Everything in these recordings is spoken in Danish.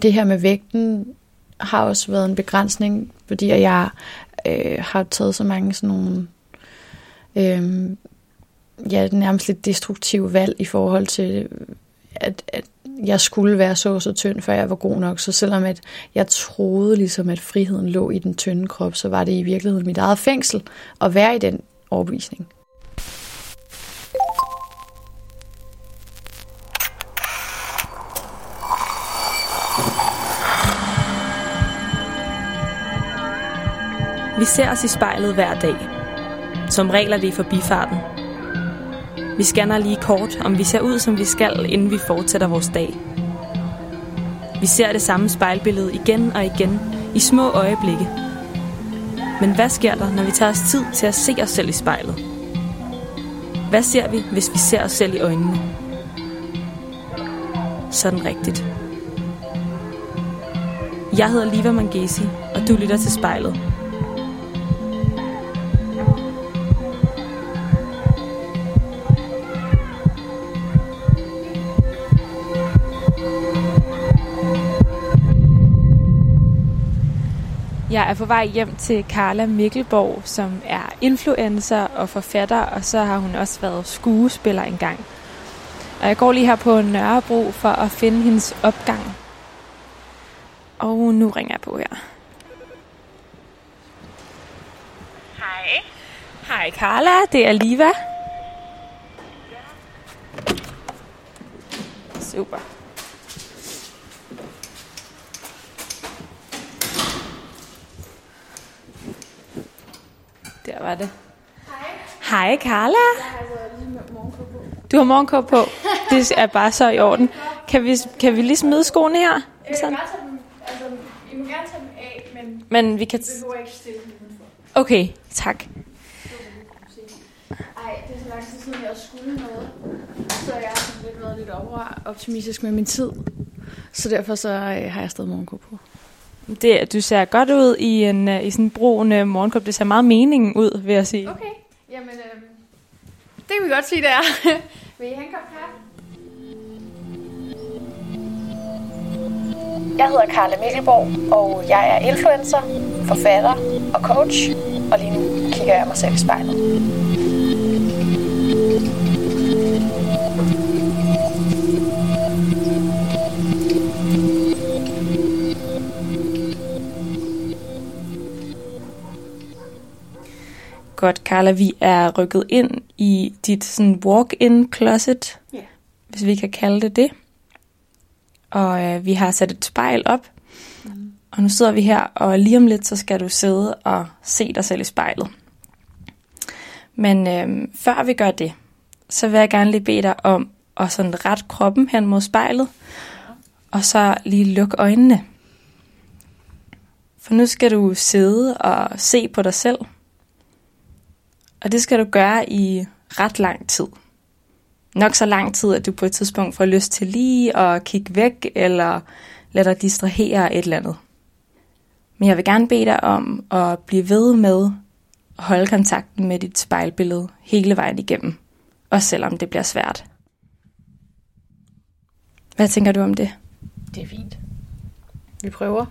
det her med vægten har også været en begrænsning, fordi jeg har taget så mange sådan nogle nærmest lidt destruktive valg i forhold til, at jeg skulle være så tynd, før jeg var god nok. Så selvom at jeg troede ligesom, at friheden lå i den tynde krop, så var det i virkeligheden mit eget fængsel at være i den overbevisning. Vi ser os i spejlet hver dag. Som regel er det i forbifarten. Vi scanner lige kort, om vi ser ud, som vi skal, inden vi fortsætter vores dag. Vi ser det samme spejlbillede igen og igen, i små øjeblikke. Men hvad sker der, når vi tager os tid til at se os selv i spejlet? Hvad ser vi, hvis vi ser os selv i øjnene? Sådan rigtigt. Jeg hedder Liva Mangesi, og du lytter til Spejlet. Jeg er på vej hjem til Carla Mikkelborg, som er influencer og forfatter, og så har hun også været skuespiller engang. Og jeg går lige her på Nørrebro for at finde hendes opgang. Og nu ringer jeg på her. Hej. Hej Carla, det er Liva. Super. Der var det. Hej Carla. Jeg har altså lige med morgenkåb på. Du har morgenkåb på. Det er bare så i orden. Kan vi lige smide skoene her? Sådan. I må gerne tage dem af, Men vi kan... behøver ikke stille dem udenfor. Okay, tak. Ej, det er så lang tid siden, jeg skulle noget. Så jeg har været lidt overoptimistisk med min tid. Så derfor så har jeg stadig morgenkåb på. Du ser godt ud i sådan en brun morgenkåb. Det ser meget meningen ud, vil jeg sige. Okay, jamen det kan vi godt sige, det er. Vil I have en kop kaffe? Jeg hedder Carla Mikkelborg, og jeg er influencer, forfatter og coach. Og lige nu kigger jeg mig selv i spejlet. Godt, Carla, vi er rykket ind i dit sådan walk-in closet, hvis vi kan kalde det det. Og vi har sat et spejl op, og nu sidder vi her, og lige om lidt, så skal du sidde og se dig selv i spejlet. Men før vi gør det, så vil jeg gerne lige bede dig om at sådan rette kroppen hen mod spejlet, og så lige lukke øjnene. For nu skal du sidde og se på dig selv. Og det skal du gøre i ret lang tid. Nok så lang tid, at du på et tidspunkt får lyst til lige at kigge væk, eller lade dig distrahere et eller andet. Men jeg vil gerne bede dig om at blive ved med at holde kontakten med dit spejlbillede hele vejen igennem. Også selvom det bliver svært. Hvad tænker du om det? Det er fint. Vi prøver.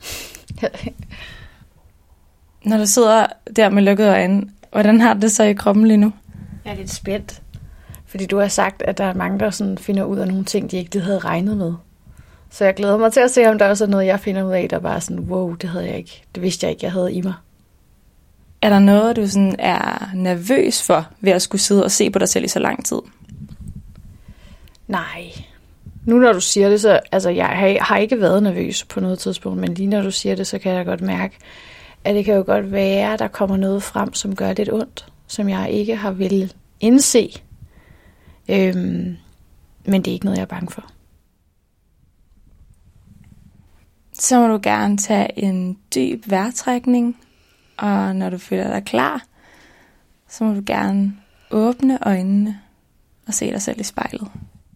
Når du sidder der med lukkede øjne, hvordan har det så i kroppen lige nu? Jeg er lidt spændt. Fordi du har sagt, at der er mange, der sådan finder ud af nogle ting, de ikke havde regnet med. Så jeg glæder mig til at se, om der også er noget, jeg finder ud af, der bare er sådan, wow, det havde jeg ikke. Det vidste jeg ikke, jeg havde i mig. Er der noget, du sådan er nervøs for, ved at skulle sidde og se på dig selv i så lang tid? Nej. Nu når du siger det, så altså, jeg har ikke været nervøs på noget tidspunkt, men lige når du siger det, så kan jeg godt mærke, at det kan jo godt være, at der kommer noget frem, som gør lidt ondt, som jeg ikke har vil indse. Men det er ikke noget, jeg er bange for. Så må du gerne tage en dyb vejrtrækning, og når du føler dig klar, så må du gerne åbne øjnene og se dig selv i spejlet.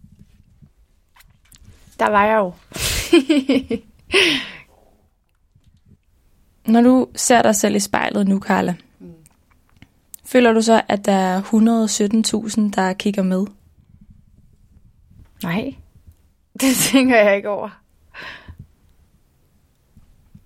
Der var jeg jo. Når du ser dig selv i spejlet nu, Carla, føler du så, at der er 117.000, der kigger med? Nej, det tænker jeg ikke over.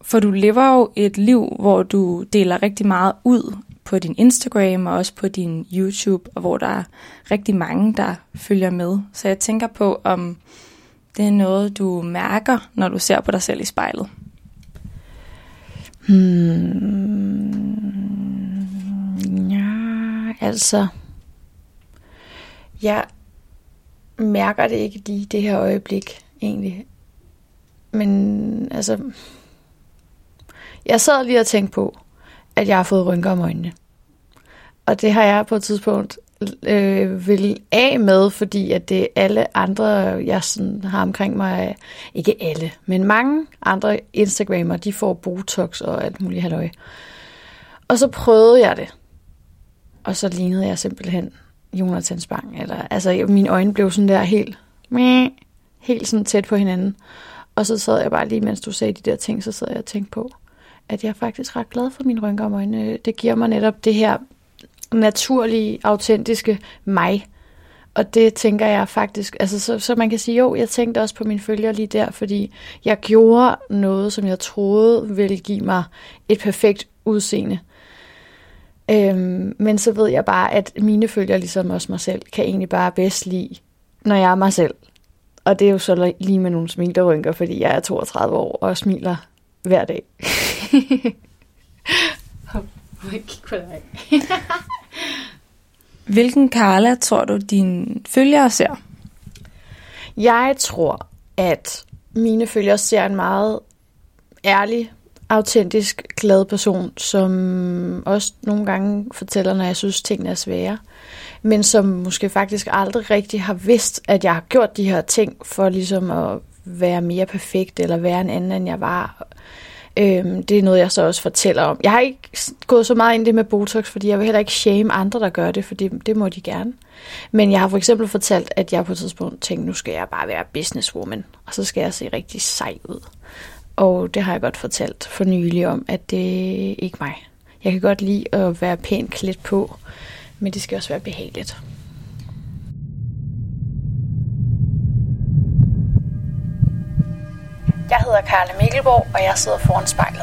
For du lever jo et liv, hvor du deler rigtig meget ud på din Instagram og også på din YouTube, og hvor der er rigtig mange, der følger med. Så jeg tænker på, om det er noget, du mærker, når du ser på dig selv i spejlet. Ja, altså... Jeg mærker det ikke lige det her øjeblik, egentlig. Men altså... Jeg sad lige og tænkte på, at jeg har fået rynker om øjnene. Og det har jeg på et tidspunkt vil af med, fordi at det er alle andre, jeg sådan har omkring mig, ikke alle, men mange andre Instagrammer, de får Botox og alt muligt halløj. Og så prøvede jeg det. Og så lignede jeg simpelthen Jonathan Spang. Altså mine øjne blev sådan der helt sådan tæt på hinanden. Og så sad jeg bare lige, mens du sagde de der ting, så sad jeg og tænkte på, at jeg er faktisk ret glad for mine rynker om øjnene. Det giver mig netop det her naturlige, autentiske mig. Og det tænker jeg faktisk, altså så man kan sige, jo, jeg tænkte også på mine følgere lige der, fordi jeg gjorde noget, som jeg troede ville give mig et perfekt udseende. Men så ved jeg bare, at mine følgere, ligesom også mig selv, kan egentlig bare bedst lide, når jeg er mig selv. Og det er jo så lige med nogle smilerynker, fordi jeg er 32 år og smiler hver dag. Hvilken Carla tror du, dine følgere ser? Jeg tror, at mine følgere ser en meget ærlig, autentisk, glad person, som også nogle gange fortæller, når jeg synes, tingene er svære, men som måske faktisk aldrig rigtig har vidst, at jeg har gjort de her ting for ligesom at være mere perfekt, eller være en anden, end jeg var. Det er noget, jeg så også fortæller om. Jeg har ikke gået så meget ind i det med Botox, fordi jeg vil heller ikke shame andre, der gør det, for det må de gerne. Men jeg har for eksempel fortalt, at jeg på et tidspunkt tænkte, nu skal jeg bare være businesswoman, og så skal jeg se rigtig sej ud. Og det har jeg godt fortalt for nylig om, at det er ikke mig. Jeg kan godt lide at være pænt klædt på, men det skal også være behageligt. Jeg hedder Carla Mikkelborg, og jeg sidder foran spejlet.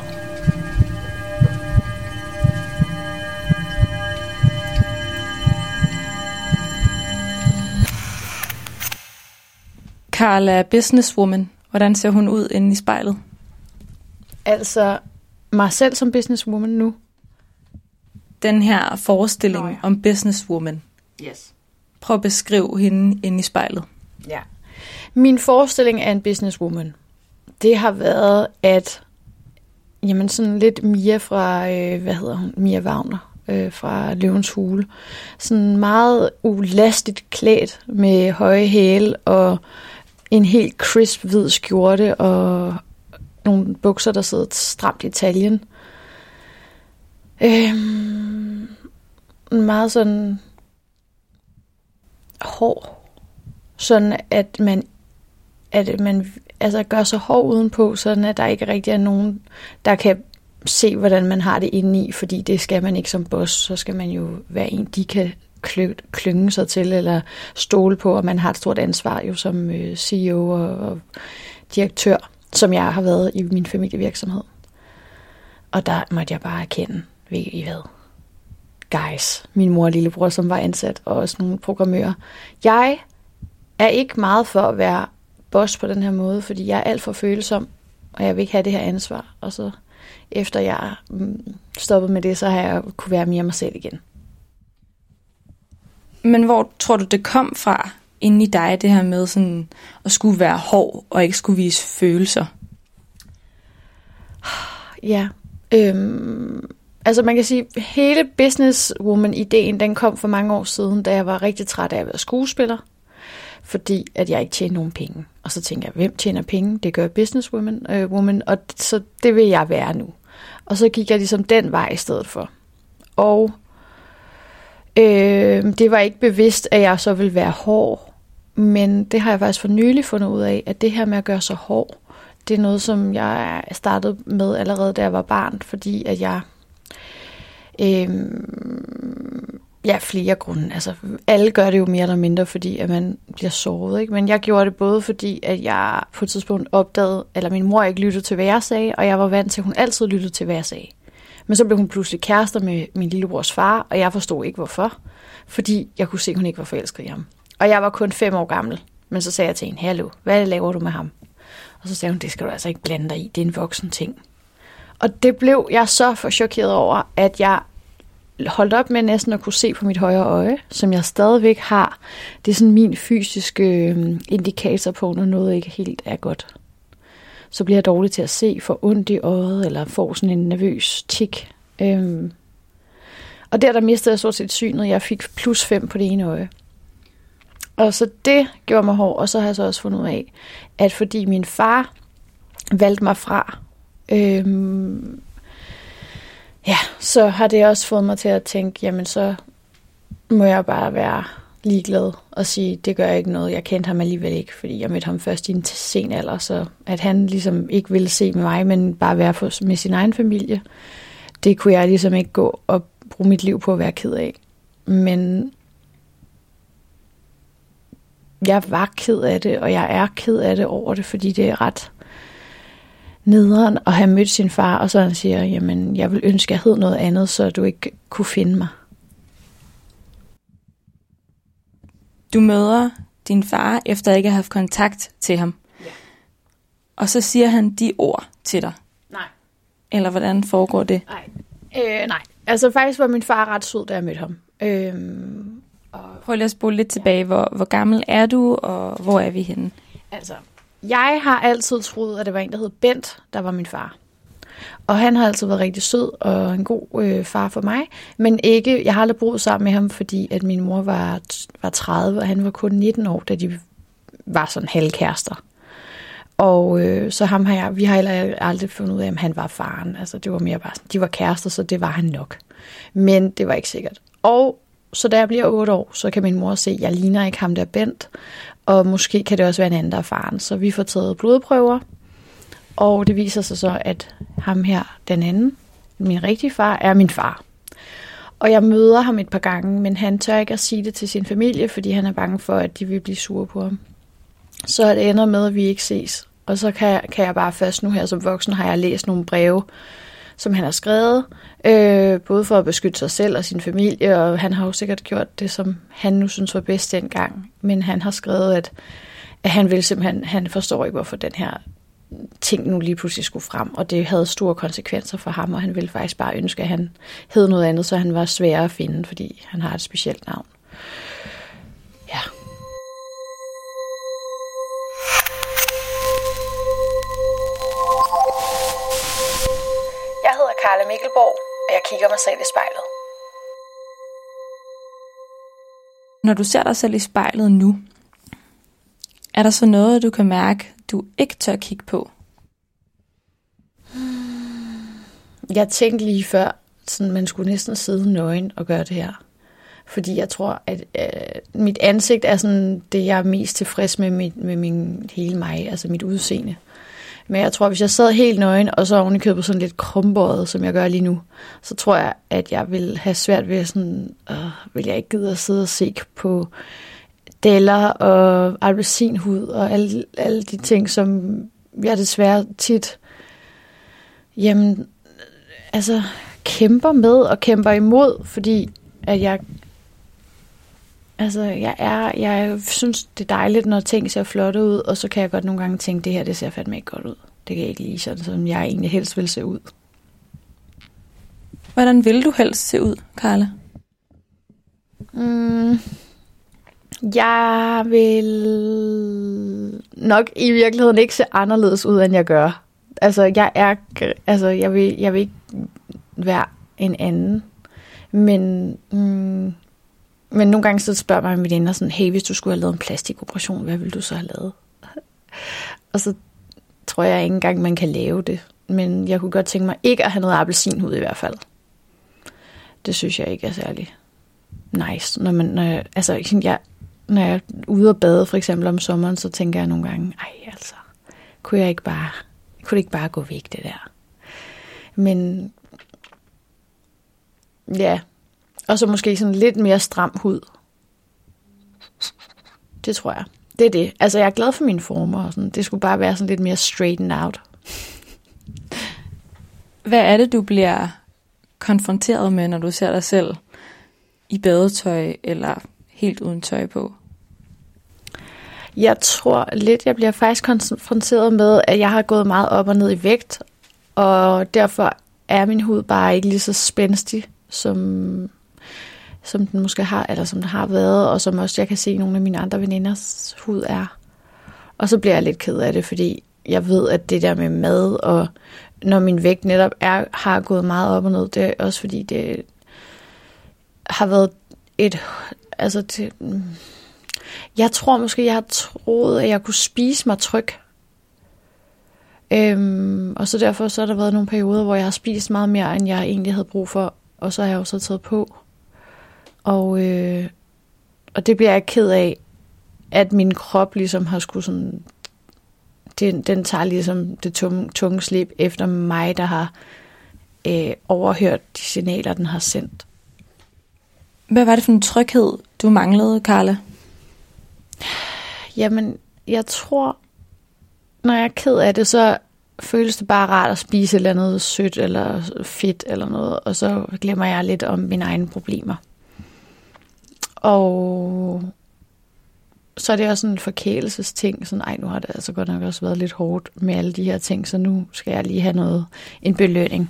Carla er businesswoman. Hvordan ser hun ud inde i spejlet? Altså, mig selv som businesswoman nu. Den her forestilling om businesswoman. Yes. Prøv at beskrive hende inde i spejlet. Ja. Min forestilling af en businesswoman, det har været, at jamen sådan lidt Mia fra, Mia Wagner fra Løvens Hule. Sådan meget ulastigt klædt med høje hæle og en helt crisp hvid skjorte og nogle bukser, der sidder stramt i taljen. Meget sådan hård. Sådan at man altså gør sig hård udenpå, sådan at der ikke rigtig er nogen, der kan se, hvordan man har det indeni, fordi det skal man ikke som boss. Så skal man jo være en, de kan klynge sig til, eller stole på, og man har et stort ansvar jo som CEO og direktør, som jeg har været i min familievirksomhed. Og der måtte jeg bare erkende, ved I hvad? Guys, min mor og lillebror, som var ansat, og også nogle programmører. Jeg er ikke meget for at være boss på den her måde, fordi jeg er alt for følsom, og jeg vil ikke have det her ansvar. Og så efter jeg stoppet med det, så har jeg kunne være mere mig selv igen. Men hvor tror du, det kom fra inde i dig, det her med sådan at skulle være hård og ikke skulle vise følelser? Ja, altså man kan sige, hele businesswoman-ideen, den kom for mange år siden, da jeg var rigtig træt af at være skuespiller, fordi at jeg ikke tjener nogen penge. Og så tænker jeg, hvem tjener penge? Det gør businesswoman, og så det vil jeg være nu. Og så gik jeg ligesom den vej i stedet for. Og det var ikke bevidst, at jeg så ville være hård, men det har jeg faktisk for nylig fundet ud af, at det her med at gøre sig hård, det er noget, som jeg startede med allerede, da jeg var barn, fordi at jeg Ja, flere grunde. Altså, alle gør det jo mere eller mindre, fordi at man bliver såret, ikke? Men jeg gjorde det både fordi, at jeg på et tidspunkt opdagede, eller min mor ikke lyttede til, hvad jeg sagde, og jeg var vant til, at hun altid lyttede til, hvad jeg sagde. Men så blev hun pludselig kærester med min lillebrors far, og jeg forstod ikke, hvorfor. Fordi jeg kunne se, at hun ikke var forelsket i ham. Og jeg var kun 5 år gammel. Men så sagde jeg til hende, hallo, hvad laver du med ham? Og så sagde hun, det skal du altså ikke blande dig i, det er en voksen ting. Og det blev jeg så for chokeret over, at jeg holdt op med næsten at kunne se på mit højre øje, som jeg stadigvæk har. Det er sådan min fysiske indikator på, når noget ikke helt er godt. Så bliver jeg dårlig til at se, får ondt i øjet, eller får sådan en nervøs tik. Og der mistede jeg stort set synet. Jeg fik +5 på det ene øje. Og så det gjorde mig hård, og så har jeg så også fundet ud af, at fordi min far valgte mig fra, så har det også fået mig til at tænke, jamen så må jeg bare være ligeglad og sige, det gør ikke noget. Jeg kendte ham alligevel ikke, fordi jeg mødte ham først i en sen alder, så at han ligesom ikke ville se med mig, men bare være med sin egen familie, det kunne jeg ligesom ikke gå og bruge mit liv på at være ked af. Men jeg var ked af det, og jeg er ked af det over det, fordi det er ret nederen at have mødt sin far, og så han siger, jamen, jeg vil ønske, at jeg hed noget andet, så du ikke kunne finde mig. Du møder din far, efter ikke at have haft kontakt til ham. Ja. Og så siger han de ord til dig. Nej. Eller hvordan foregår det? Nej. Altså faktisk var min far ret sød, da jeg mødte ham. Prøv lige at spole lidt tilbage. Hvor gammel er du, og hvor er vi henne? Altså, jeg har altid troet, at det var en, der hed Bent, der var min far. Og han har altid været rigtig sød og en god far for mig. Men ikke, jeg har aldrig boet sammen med ham, fordi at min mor var 30, og han var kun 19 år, da de var sådan halvkærester. Og så vi har aldrig fundet ud af, om han var faren. Altså, det var mere bare sådan, de var kærester, så det var han nok. Men det var ikke sikkert. Og så da jeg bliver 8 år, så kan min mor se, at jeg ligner ikke ham der Bent. Og måske kan det også være en anden, der er faren. Så vi får taget blodprøver. Og det viser sig så, at ham her, den anden, min rigtige far, er min far. Og jeg møder ham et par gange, men han tør ikke at sige det til sin familie, fordi han er bange for, at de vil blive sure på ham. Så det ender med, at vi ikke ses. Og så kan jeg bare først nu her som voksen, har jeg læst nogle breve, som han har skrevet, både for at beskytte sig selv og sin familie, og han har jo sikkert gjort det, som han nu synes var bedst dengang. Men han har skrevet, at han vil simpelthen, han forstår ikke, hvorfor den her ting nu lige pludselig skulle frem, og det havde store konsekvenser for ham, og han ville faktisk bare ønske, at han hed noget andet, så han var sværere at finde, fordi han har et specielt navn. Ja. Jeg hedder Karla Mikkelborg, og jeg kigger mig selv i spejlet. Når du ser dig selv i spejlet nu, er der så noget, du kan mærke, du ikke tør kigge på? Jeg tænkte lige før, sådan, man skulle næsten sidde nøgen og gøre det her. Fordi jeg tror, at mit ansigt er sådan det, jeg er mest tilfreds med min hele mig, altså mit udseende. Men jeg tror, hvis jeg sad helt nøgen, og så oven i købet sådan lidt krumbøjet, som jeg gør lige nu, så tror jeg, at jeg vil have svært ved sådan, vil jeg ikke gide at sidde og se på deller og appelsinhud og alle de ting, som jeg desværre tit kæmper med og kæmper imod, fordi at jeg synes, det er dejligt, når ting ser flotte ud, og så kan jeg godt nogle gange tænke, det her, det ser fandme ikke godt ud. Det kan jeg ikke lide sådan, som jeg egentlig helst vil se ud. Hvordan vil du helst se ud, Karla? Jeg vil nok i virkeligheden ikke se anderledes ud, end jeg gør. Altså, jeg vil ikke være en anden. Men nogle gange så spørger mig min venner sådan, hey, hvis du skulle have lavet en plastikoperation, hvad ville du så have lavet? Og så tror jeg ikke engang, man kan lave det. Men jeg kunne godt tænke mig ikke at have noget appelsinhud i hvert fald. Det synes jeg ikke er særlig nice. Når jeg er ude at bade, for eksempel om sommeren, så tænker jeg nogle gange, kunne det ikke bare gå væk, det der? Men ja, Og så måske sådan lidt mere stram hud. Det tror jeg. Det er det. Altså, jeg er glad for mine former. Og sådan. Det skulle bare være sådan lidt mere straightened out. Hvad er det, du bliver konfronteret med, når du ser dig selv i badetøj eller helt uden tøj på? Jeg tror lidt, jeg bliver faktisk konfronteret med, at jeg har gået meget op og ned i vægt. Og derfor er min hud bare ikke lige så spændstig, som den måske har, eller som den har været, og som også jeg kan se nogle af mine andre veninders hud er. Og så bliver jeg lidt ked af det, fordi jeg ved, at det der med mad, og når min vægt netop har gået meget op og ned, det er også fordi, det har været jeg tror måske, jeg har troet, at jeg kunne spise mig tryg. Og så derfor så har der været nogle perioder, hvor jeg har spist meget mere, end jeg egentlig havde brug for, og så har jeg jo så taget på. Og det bliver jeg ked af, at min krop ligesom har skulle sådan, den tager ligesom det tunge slip efter mig, der har overhørt de signaler, den har sendt. Hvad var det for en tryghed, du manglede, Carla? Jamen, jeg tror, når jeg er ked af det, så føles det bare rart at spise et eller andet sødt eller fedt eller noget, og så glemmer jeg lidt om mine egne problemer. Og så er det også en forkælelsesting, sådan, nu har det altså godt nok også været lidt hårdt med alle de her ting, så nu skal jeg lige have en belønning.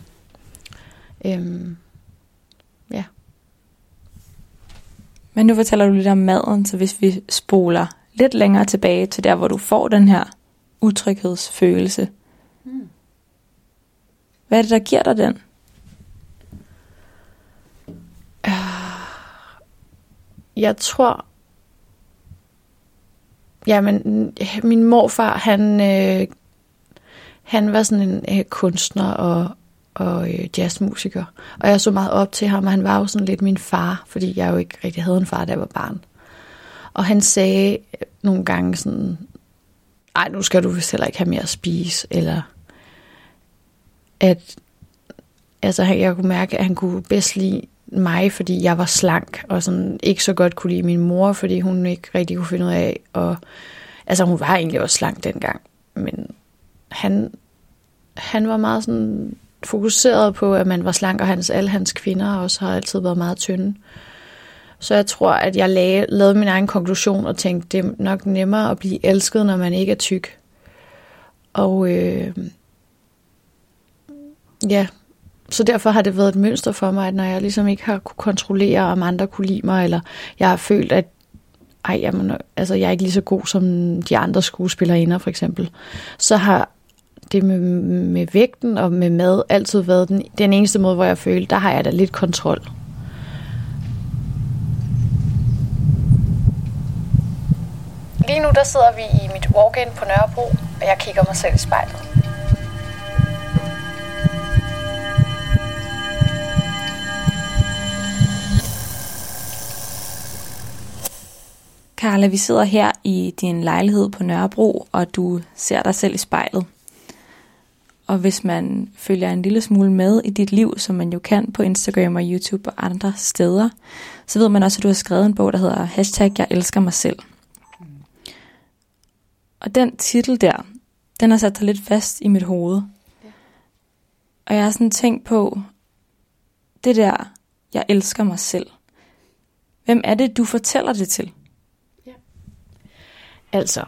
Ja. Men nu fortæller du lidt om maden, så hvis vi spoler lidt længere tilbage til der, hvor du får den her utryghedsfølelse. Hvad er det, der giver dig den? Jeg tror, jamen, min morfar, han var sådan en kunstner og jazzmusiker. Og jeg så meget op til ham, og han var jo sådan lidt min far, fordi jeg jo ikke rigtig havde en far, da jeg var barn. Og han sagde nogle gange sådan, ej, nu skal du vist heller ikke have mere at spise, eller at, altså jeg kunne mærke, at han kunne bedst lide mig, fordi jeg var slank, og sådan ikke så godt kunne lide min mor, fordi hun ikke rigtig kunne finde ud af, og altså hun var egentlig også slank dengang, men han var meget sådan fokuseret på, at man var slank, og alle hans kvinder også har altid været meget tynde. Så jeg tror, at jeg lavede min egen konklusion og tænkte, det er nok nemmere at blive elsket, når man ikke er tyk. Og ja, så derfor har det været et mønster for mig, at når jeg ligesom ikke har kunne kontrollere, om andre kunne lide mig, eller jeg har følt, at jeg er ikke lige så god som de andre skuespillerinder for eksempel, så har det med vægten og med mad altid været den eneste måde, hvor jeg følte, der har jeg da lidt kontrol. Lige nu der sidder vi i mit walk-in på Nørrebro, og jeg kigger mig selv i spejlet. Carla, vi sidder her i din lejlighed på Nørrebro, og du ser dig selv i spejlet. Og hvis man følger en lille smule med i dit liv, som man jo kan på Instagram og YouTube og andre steder, så ved man også, at du har skrevet en bog, der hedder #Jeg elsker mig selv. Og den titel der, den har sat sig lidt fast i mit hoved. Ja. Og jeg har sådan tænkt på, det der, jeg elsker mig selv. Hvem er det, du fortæller det til? Ja. Altså,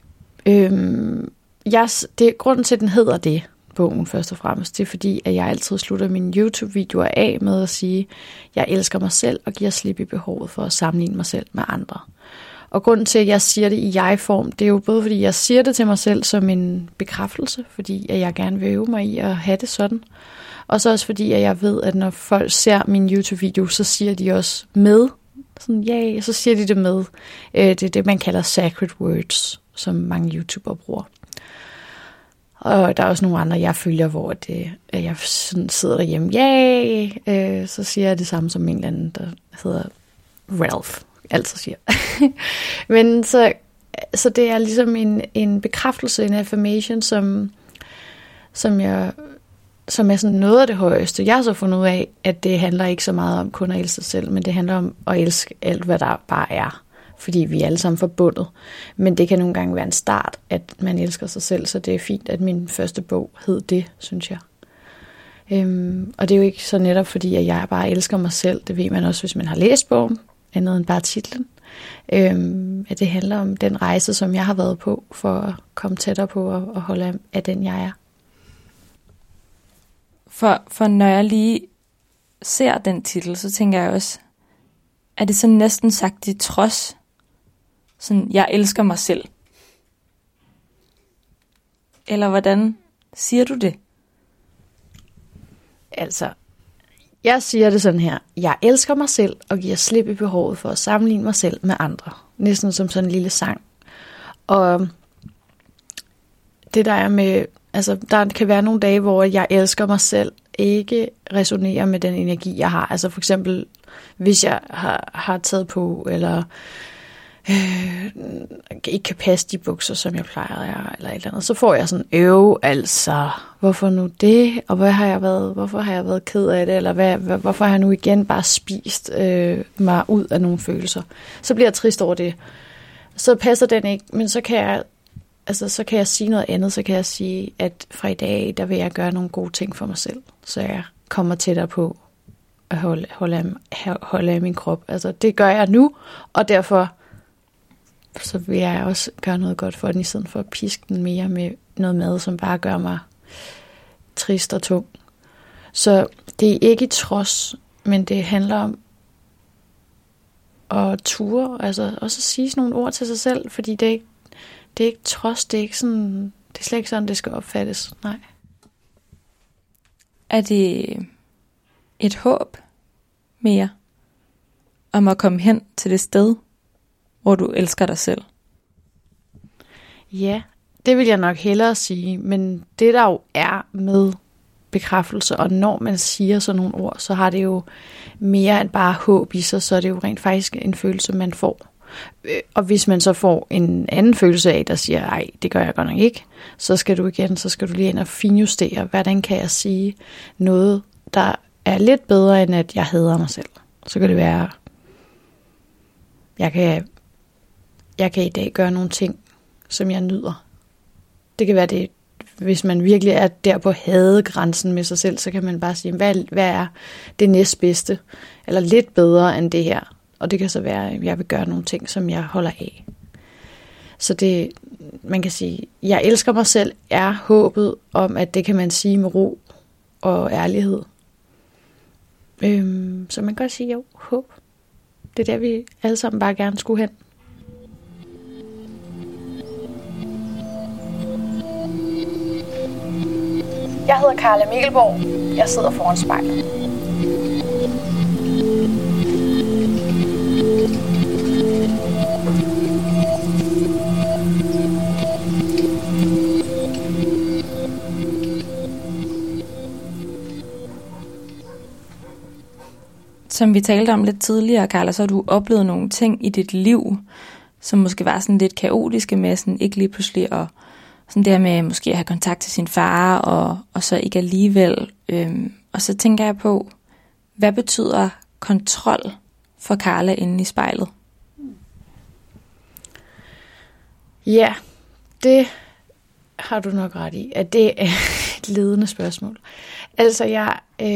grunden til, at den hedder det, bogen først og fremmest, det er fordi, at jeg altid slutter mine YouTube-videoer af med at sige, jeg elsker mig selv og giver slip i behovet for at sammenligne mig selv med andre. Og grunden til, at jeg siger det i jeg-form, det er jo både fordi, jeg siger det til mig selv som en bekræftelse, fordi at jeg gerne vil øve mig i at have det sådan. Og så også fordi, at jeg ved, at når folk ser min YouTube-video, så siger de også med. Sådan, så siger de det med. Det er det, man kalder sacred words, som mange YouTubere bruger. Og der er også nogle andre, jeg følger, hvor jeg sådan sidder derhjemme, så siger jeg det samme som en eller anden, der hedder Ralph. Altså siger. Men så det er ligesom en bekræftelse, en affirmation, som jeg som er sådan noget af det højeste. Jeg har så fundet ud af, at det handler ikke så meget om kun at elske sig selv, men det handler om at elske alt, hvad der bare er. Fordi vi er alle sammen forbundet. Men det kan nogle gange være en start, at man elsker sig selv, så det er fint, at min første bog hed det, synes jeg. Og det er jo ikke så netop, fordi at jeg bare elsker mig selv. Det ved man også, hvis man har læst bogen, andet end bare titlen. At det handler om den rejse, som jeg har været på, for at komme tættere på og holde af den, jeg er. For når jeg lige ser den titel, så tænker jeg også, er det så næsten sagt i trods, sådan, jeg elsker mig selv? Eller hvordan siger du det? Altså, jeg siger det sådan her. Jeg elsker mig selv og giver slip i behovet for at sammenligne mig selv med andre. Næsten som sådan en lille sang. Og det der er med, altså der kan være nogle dage, hvor jeg elsker mig selv, ikke resonerer med den energi, jeg har. Altså for eksempel, hvis jeg har taget på, eller ikke kan passe de bukser, som jeg plejer, eller et eller andet, så får jeg sådan, altså, hvorfor nu det? Og hvorfor har jeg været ked af det? Eller hvorfor har jeg nu igen bare spist mig ud af nogle følelser? Så bliver jeg trist over det. Så passer den ikke, men så kan jeg sige noget andet. Så kan jeg sige, at fra i dag, der vil jeg gøre nogle gode ting for mig selv. Så jeg kommer tættere på at holde af min krop. Altså, det gør jeg nu, og derfor så vil jeg også gøre noget godt for den, i stedet for at piske den mere med noget mad, som bare gør mig trist og tung. Så det er ikke i trods, men det handler om at ture, altså også at sige sådan nogle ord til sig selv, fordi det er ikke trods, det er ikke sådan, det er slet ikke sådan, det skal opfattes, nej. Er det et håb mere om at komme hen til det sted, hvor du elsker dig selv? Ja, det vil jeg nok hellere sige, men det der jo er med bekræftelse, og når man siger sådan nogle ord, så har det jo mere end bare håb i sig, så er det jo rent faktisk en følelse, man får. Og hvis man så får en anden følelse af, der siger, ej, det gør jeg godt nok ikke, så skal du lige ind og finjustere, hvordan kan jeg sige noget, der er lidt bedre, end at jeg hader mig selv. Så kan det være, jeg kan i dag gøre nogle ting, som jeg nyder. Det kan være det, hvis man virkelig er der på hadegrænsen med sig selv, så kan man bare sige, hvad er det næstbedste, eller lidt bedre end det her. Og det kan så være, at jeg vil gøre nogle ting, som jeg holder af. Så det, man kan sige, jeg elsker mig selv, er håbet om, at det kan man sige med ro og ærlighed. Så man kan godt sige, jo, håb. Det er der, vi alle sammen bare gerne skulle hen. Jeg hedder Carla Mikkelborg. Jeg sidder foran spejlet. Som vi talte om lidt tidligere, Carla, så har du oplevet nogle ting i dit liv, som måske var sådan lidt kaotiske med sådan ikke lige pludselig at sådan det her med måske at have kontakt til sin far, og så ikke alligevel. Og så tænker jeg på, hvad betyder kontrol for Carla inde i spejlet? Ja, det har du nok ret i, at det er et ledende spørgsmål. Altså, jeg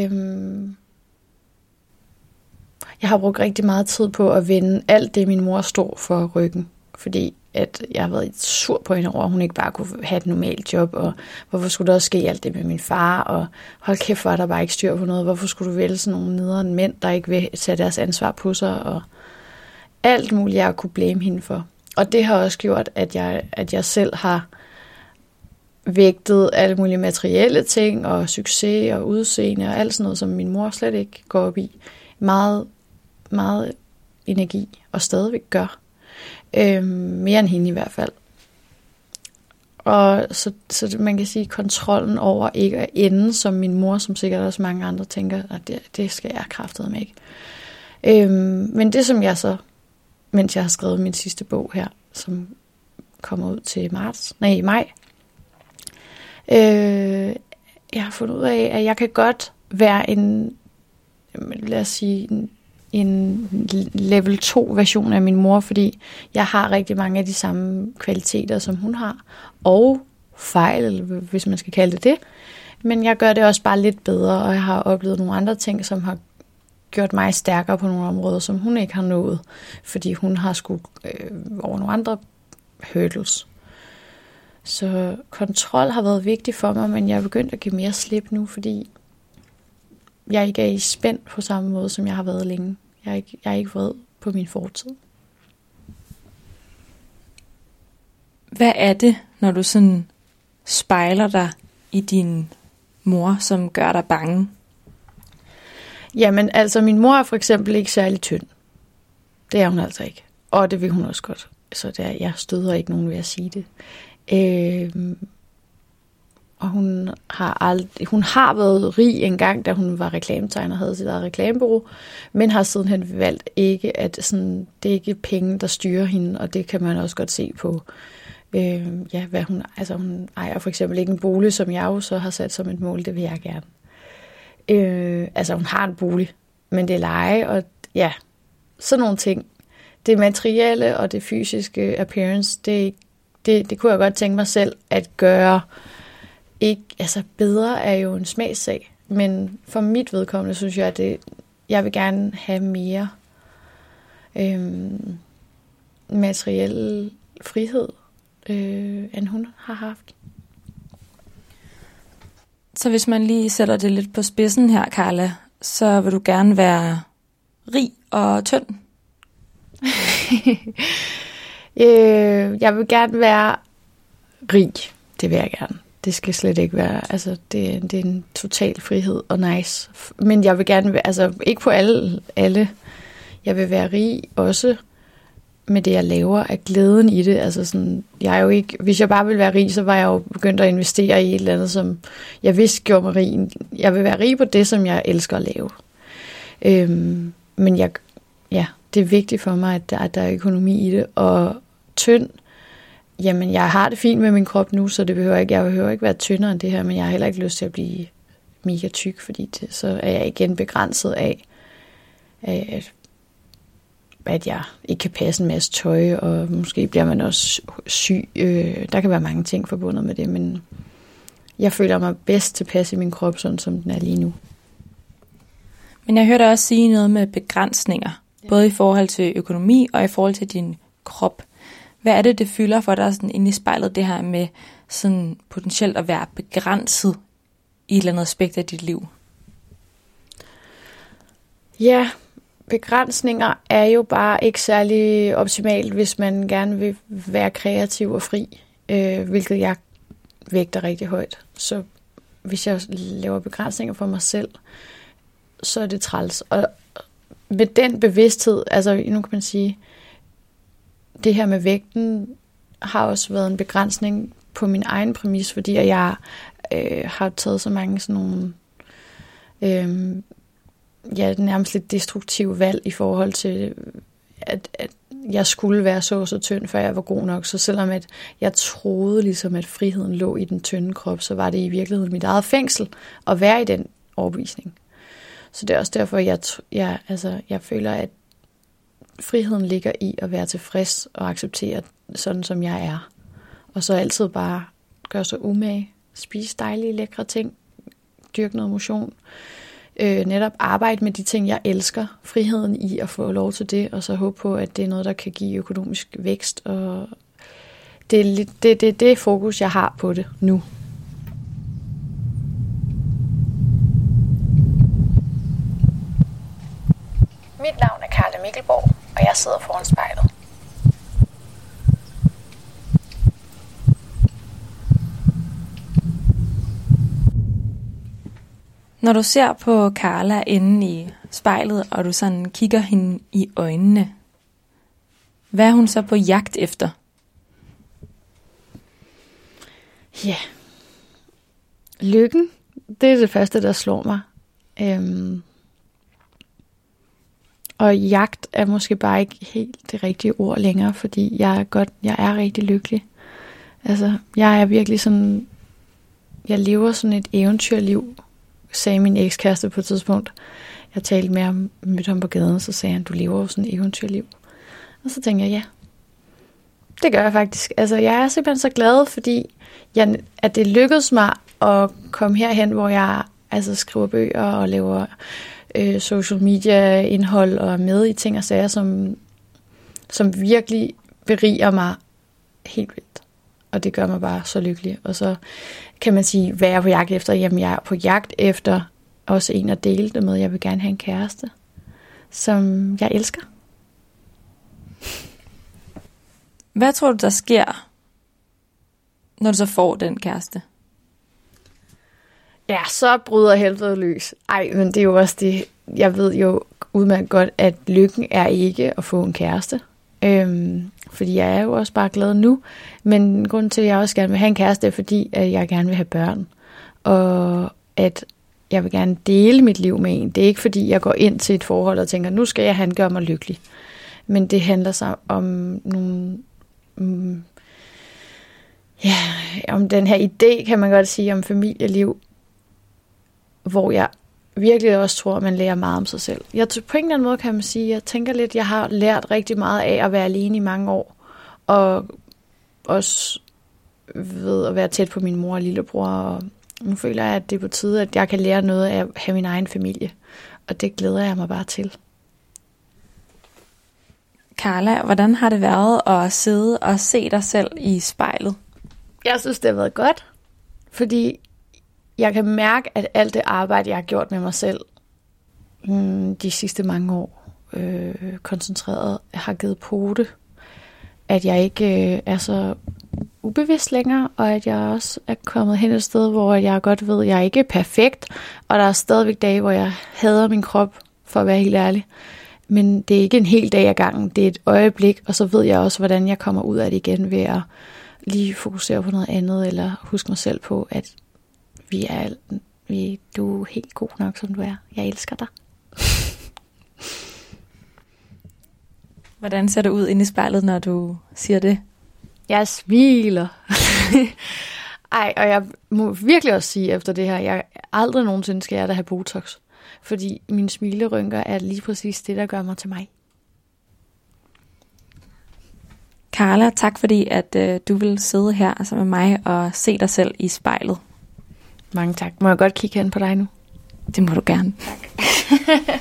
har brugt rigtig meget tid på at vende alt det, min mor stod for ryggen, fordi at jeg har været sur på hende over, at hun ikke bare kunne have et normalt job, og hvorfor skulle der også ske alt det med min far, og hold kæft, for der bare ikke styr på noget, hvorfor skulle du vælge sådan nogle nederen mænd, der ikke vil tage deres ansvar på sig, og alt muligt, jeg kunne blame hende for. Og det har også gjort, at jeg selv har vægtet alle mulige materielle ting, og succes og udseende, og alt sådan noget, som min mor slet ikke går op i. Meget, meget energi, og stadigvæk gør. Mere end hende i hvert fald. Og så man kan sige, kontrollen over ikke at ende, som min mor, som sikkert også mange andre tænker, at det skal jeg kraftedeme ikke. Men det som jeg så, mens jeg har skrevet min sidste bog her, som kommer ud til maj, jeg har fundet ud af, at jeg kan godt være lad os sige, en level 2 version af min mor, fordi jeg har rigtig mange af de samme kvaliteter, som hun har, og fejl, hvis man skal kalde det. Men jeg gør det også bare lidt bedre, og jeg har oplevet nogle andre ting, som har gjort mig stærkere på nogle områder, som hun ikke har nået, fordi hun har skudt over nogle andre hurdles. Så kontrol har været vigtig for mig, men jeg er begyndt at give mere slip nu, fordi jeg ikke er i spænd på samme måde, som jeg har været længe. Jeg er ikke vred på min fortid. Hvad er det, når du sådan spejler dig i din mor, som gør dig bange? Jamen, altså, min mor er for eksempel ikke særlig tynd. Det er hun altså ikke. Og det vil hun også godt. Så jeg støder ikke nogen ved at sige det. Og hun har været rig engang, da hun var reklametegner og havde sit eget reklamebureau, men har sidenhen valgt ikke, at sådan, det er ikke penge, der styrer hende, og det kan man også godt se på, hvad hun ejer for eksempel ikke en bolig, som jeg jo så har sat som et mål, det vil jeg gerne. Hun har en bolig, men det er leje, og ja, sådan nogle ting. Det materielle og det fysiske appearance, det kunne jeg godt tænke mig selv at gøre. Ikke, altså bedre er jo en smagssag, men for mit vedkommende synes jeg, at jeg vil gerne have mere materiel frihed, end hun har haft. Så hvis man lige sætter det lidt på spidsen her, Carla, så vil du gerne være rig og tynd? Jeg vil gerne være rig. Det vil jeg gerne. Det skal slet ikke være, altså det er en total frihed og nice. Men jeg vil gerne være, altså ikke på alle. Jeg vil være rig også med det, jeg laver, af glæden i det. Altså sådan, jeg er jo ikke, hvis jeg bare ville være rig, så var jeg jo begyndt at investere i et eller andet, som jeg vidste gjorde mig rig. Jeg vil være rig på det, som jeg elsker at lave. Men det er vigtigt for mig, at der er økonomi i det. Og tynd, jamen jeg har det fint med min krop nu, så jeg behøver ikke være tyndere end det her, men jeg har heller ikke lyst til at blive mega tyk, fordi så er jeg igen begrænset af, at jeg ikke kan passe en masse tøj, og måske bliver man også syg. Der kan være mange ting forbundet med det, men jeg føler mig bedst tilpas i min krop, sådan som den er lige nu. Men jeg hørte dig også sige noget med begrænsninger, både i forhold til økonomi og i forhold til din krop. Hvad er det fylder for dig sådan inde i spejlet, det her med sådan potentielt at være begrænset i et eller andet aspekt af dit liv? Ja, begrænsninger er jo bare ikke særlig optimalt, hvis man gerne vil være kreativ og fri, hvilket jeg vægter rigtig højt. Så hvis jeg laver begrænsninger for mig selv, så er det træls. Og med den bevidsthed, altså nu kan man sige, det her med vægten har også været en begrænsning på min egen præmis, fordi jeg har taget så mange sådan nogle nærmest lidt destruktive valg i forhold til, at jeg skulle være så tynd, før jeg var god nok. Så selvom at jeg troede ligesom, at friheden lå i den tynde krop, så var det i virkeligheden mit eget fængsel at være i den overbevisning. Så det er også derfor, jeg føler, at friheden ligger i at være tilfreds og acceptere sådan, som jeg er. Og så altid bare gøre sig umage, spise dejlige, lækre ting, dyrke noget motion, netop arbejde med de ting, jeg elsker, friheden i at få lov til det, og så håbe på, at det er noget, der kan give økonomisk vækst. Og det er det fokus, jeg har på det nu. Mit navn er Carla Mikkelborg, og jeg sidder foran spejlet. Når du ser på Carla inde i spejlet, og du sådan kigger hende i øjnene, hvad er hun så på jagt efter? Ja, lykken, det er det første, der slår mig. Og jagt er måske bare ikke helt det rigtige ord længere, fordi jeg er rigtig lykkelig. Altså, jeg er virkelig sådan jeg lever sådan et eventyrliv, sagde min ekskæreste på et tidspunkt. Jeg talte med ham, mødte ham på gaden, så sagde han, du lever jo sådan et eventyrliv. Og så tænkte jeg, ja, det gør jeg faktisk. Altså, jeg er simpelthen så glad, fordi at det lykkedes mig at komme herhen, hvor jeg altså skriver bøger og laver social media indhold og er med i ting og sager, som virkelig beriger mig helt vildt. Og det gør mig bare så lykkelig. Og så kan man sige, hvad jeg er på jagt efter? Jamen, jeg er på jagt efter også en at dele det med. Jeg vil gerne have en kæreste, som jeg elsker. Hvad tror du, der sker, når du så får den kæreste? Ja, så bryder helvede løs. Ej, men det er jo også det. Jeg ved jo udmærket godt, at lykken er ikke at få en kæreste. Fordi jeg er jo også bare glad nu. Men grunden til, at jeg også gerne vil have en kæreste, er fordi, at jeg gerne vil have børn. Og at jeg vil gerne dele mit liv med en. Det er ikke fordi, jeg går ind til et forhold og tænker, nu skal han gøre mig lykkelig. Men det handler så om nogle... om den her idé, kan man godt sige, om familieliv, hvor jeg virkelig også tror, at man lærer meget om sig selv. På en eller anden måde kan man sige, jeg tænker lidt, jeg har lært rigtig meget af at være alene i mange år, og også ved at være tæt på min mor og lillebror, og nu føler jeg, at det er på tide, at jeg kan lære noget af at have min egen familie, og det glæder jeg mig bare til. Carla, hvordan har det været at sidde og se dig selv i spejlet? Jeg synes, det har været godt, fordi jeg kan mærke, at alt det arbejde, jeg har gjort med mig selv de sidste mange år, koncentreret, har givet pote. At jeg ikke er så ubevidst længere, og at jeg også er kommet hen et sted, hvor jeg godt ved, at jeg ikke er perfekt, og der er stadigvæk dage, hvor jeg hader min krop, for at være helt ærlig. Men det er ikke en hel dag ad gangen, det er et øjeblik, og så ved jeg også, hvordan jeg kommer ud af det igen ved at lige fokusere på noget andet, eller huske mig selv på, at du er helt god nok, som du er. Jeg elsker dig. Hvordan ser det ud inde i spejlet, når du siger det? Jeg smiler. Ej, og jeg må virkelig også sige efter det her, jeg aldrig nogensinde skal jeg da have Botox. Fordi mine smilerynker er lige præcis det, der gør mig til mig. Carla, tak fordi at du vil sidde her sammen med mig og se dig selv i spejlet. Mange tak. Må jeg godt kigge hen på dig nu? Det må du gerne. Tak.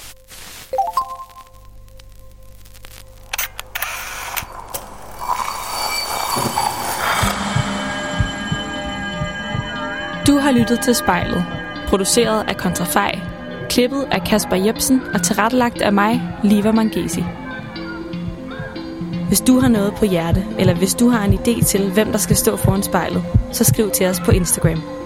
Du har lyttet til Spejlet, produceret af Kontrafej, klippet af Kasper Jebsen og tilrettelagt af mig, Liva Mangesi. Hvis du har noget på hjerte, eller hvis du har en idé til, hvem der skal stå foran spejlet, så skriv til os på Instagram.